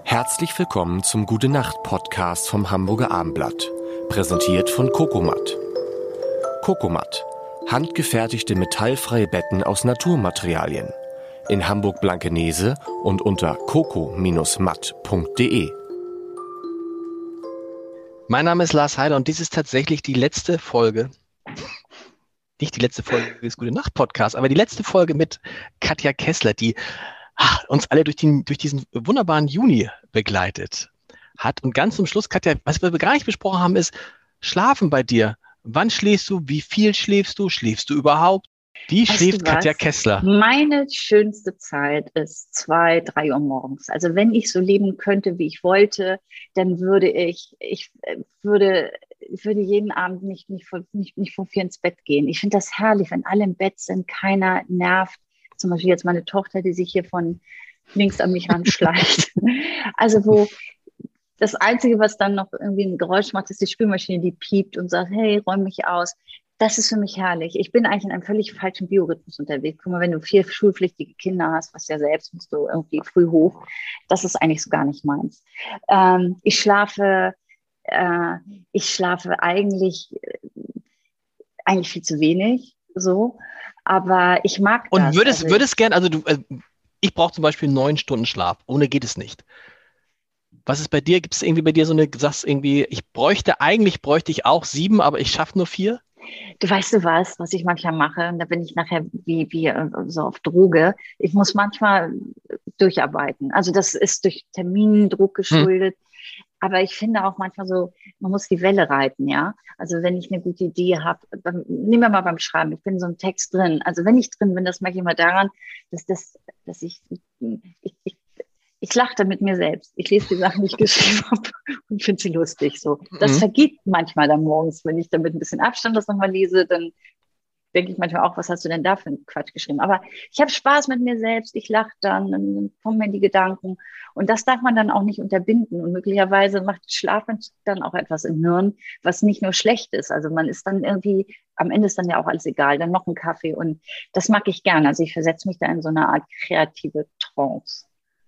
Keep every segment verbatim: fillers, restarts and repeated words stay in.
Herzlich willkommen zum Gute-Nacht-Podcast vom Hamburger Abendblatt. Präsentiert von Cocomat. Cocomat. Handgefertigte metallfreie Betten aus Naturmaterialien. In Hamburg-Blankenese und unter coco Bindestrich matt punkt de. Mein Name ist Lars Heider und dies ist tatsächlich die letzte Folge, nicht die letzte Folge des Gute-Nacht-Podcasts, aber die letzte Folge mit Katja Kessler, die ach, uns alle durch, den, durch diesen wunderbaren Juni begleitet hat. Und ganz zum Schluss, Katja, was wir gar nicht besprochen haben, ist Schlafen bei dir. Wann schläfst du? Wie viel schläfst du? Schläfst du überhaupt? Wie weißt schläft Katja Kessler? Meine schönste Zeit ist zwei, drei Uhr morgens. Also wenn ich so leben könnte, wie ich wollte, dann würde ich, ich würde, würde jeden Abend nicht, nicht, vor, nicht, nicht vor vier ins Bett gehen. Ich finde das herrlich, wenn alle im Bett sind, keiner nervt. Zum Beispiel jetzt meine Tochter, die sich hier von links an mich ranschleicht. Also wo das Einzige, was dann noch irgendwie ein Geräusch macht, ist die Spülmaschine, die piept und sagt, hey, räum mich aus. Das ist für mich herrlich. Ich bin eigentlich in einem völlig falschen Biorhythmus unterwegs. Guck mal, wenn du vier schulpflichtige Kinder hast, was ja selbst, musst du irgendwie früh hoch. Das ist eigentlich so gar nicht meins. Ähm, ich schlafe, äh, ich schlafe eigentlich, äh, eigentlich viel zu wenig, so. Aber ich mag das. Und würdest, also würdest gern, also du, äh, ich brauche zum Beispiel neun Stunden Schlaf. Ohne geht es nicht. Was ist bei dir? Gibt es irgendwie bei dir so eine, du sagst irgendwie, ich bräuchte, eigentlich bräuchte ich auch sieben, aber ich schaffe nur vier? Du weißt du was, was ich manchmal mache, und da bin ich nachher wie, wie so auf Droge. Ich muss manchmal durcharbeiten. Also das ist durch Termindruck geschuldet. Hm. Aber ich finde auch manchmal so, man muss die Welle reiten, ja. Also wenn ich eine gute Idee habe, nehmen wir mal beim Schreiben, ich bin in so einem Text drin. Also wenn ich drin bin, das merke ich immer daran, dass, das, dass ich, ich, ich Ich lache dann mit mir selbst. Ich lese die Sachen, die ich geschrieben habe und finde sie lustig. So. Das mhm. vergeht manchmal dann morgens, wenn ich dann mit ein bisschen Abstand das nochmal lese, dann denke ich manchmal auch, was hast du denn da für einen Quatsch geschrieben? Aber ich habe Spaß mit mir selbst, ich lache dann, dann kommen mir die Gedanken. Und das darf man dann auch nicht unterbinden. Und möglicherweise macht Schlafen dann auch etwas im Hirn, was nicht nur schlecht ist. Also man ist dann irgendwie, am Ende ist dann ja auch alles egal, dann noch ein Kaffee. Und das mag ich gerne. Also ich versetze mich da in so eine Art kreative Trance.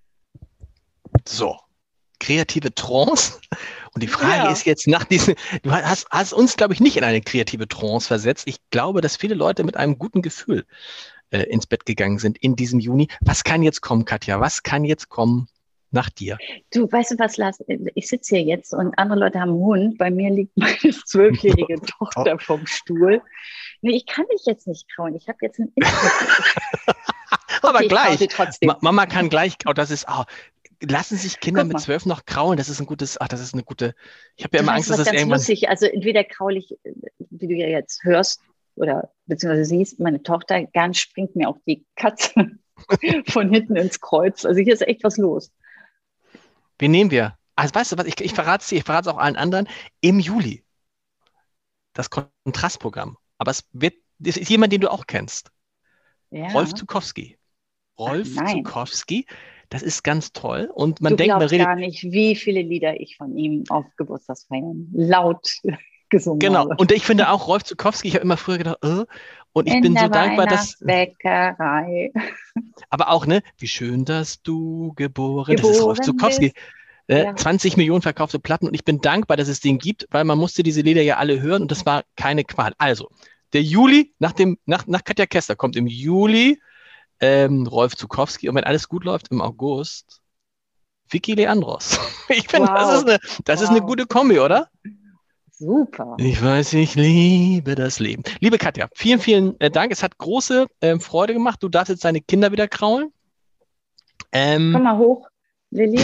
So, kreative Trance. Und die Frage ja. ist jetzt nach diesem, du hast, hast uns, glaube ich, nicht in eine kreative Trance versetzt. Ich glaube, dass viele Leute mit einem guten Gefühl äh, ins Bett gegangen sind in diesem Juni. Was kann jetzt kommen, Katja? Was kann jetzt kommen nach dir? Du, weißt du was, Lars? Ich sitze hier jetzt und andere Leute haben einen Hund. Bei mir liegt meine zwölfjährige Tochter vom Stuhl. Nee, ich kann mich jetzt nicht kraulen. Ich habe jetzt ein Internet. Aber okay, gleich. Ma- Mama kann gleich, oh, das ist, oh, lassen sich Kinder mit zwölf noch kraulen? Das ist ein gutes, ach, das ist eine gute, ich habe ja immer Angst, dass das ganz irgendwann... Lustig. Also entweder kraul ich, wie du ja jetzt hörst, oder beziehungsweise siehst, meine Tochter, gern springt mir auch die Katze von hinten ins Kreuz. Also hier ist echt was los. Wen nehmen wir? Also weißt du was, ich, ich verrate es dir, ich verrate es auch allen anderen, im Juli. Das Kontrastprogramm. Aber es wird, das ist jemand, den du auch kennst. Ja. Rolf Zuckowski. Rolf Ach, nein. Zuckowski, das ist ganz toll. Und man du denkt, man glaubst redet gar nicht, wie viele Lieder ich von ihm auf Geburtstagsfeiern laut gesungen genau. habe. Und ich finde auch Rolf Zuckowski, ich habe immer früher gedacht, äh, und ich In bin der so dankbar, dass... Bäckerei. Aber auch, ne, wie schön, dass du geboren, Geboren das ist Rolf Zuckowski. Äh, ja. zwanzig Millionen verkaufte Platten und ich bin dankbar, dass es den gibt, weil man musste diese Lieder ja alle hören und das war keine Qual. Also, der Juli, nach, dem, nach, nach Katja Kessler kommt im Juli ähm, Rolf Zuckowski und wenn alles gut läuft, im August Vicky Leandros. Ich finde, wow. das, ist eine, das wow. ist eine gute Kombi, oder? Super. Ich weiß, ich liebe das Leben. Liebe Katja, vielen, vielen äh, Dank. Es hat große äh, Freude gemacht. Du darfst jetzt deine Kinder wieder kraulen. Ähm, Komm mal hoch, Lilly.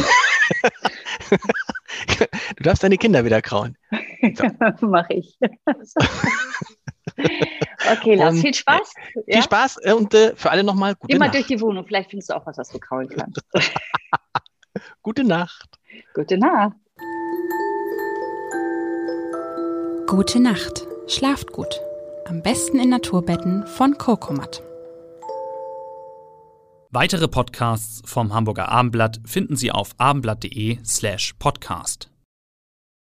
Du darfst deine Kinder wieder kraulen. So. Mach ich. Okay, Lars, und, viel Spaß. Äh, viel ja? Spaß und äh, für alle nochmal gute Geh mal Nacht. durch die Wohnung, vielleicht findest du auch was, was du kraulen kannst. Gute Nacht. Gute Nacht. Gute Nacht. Schlaft gut. Am besten in Naturbetten von Cocomat. Weitere Podcasts vom Hamburger Abendblatt finden Sie auf abendblatt.de slash podcast.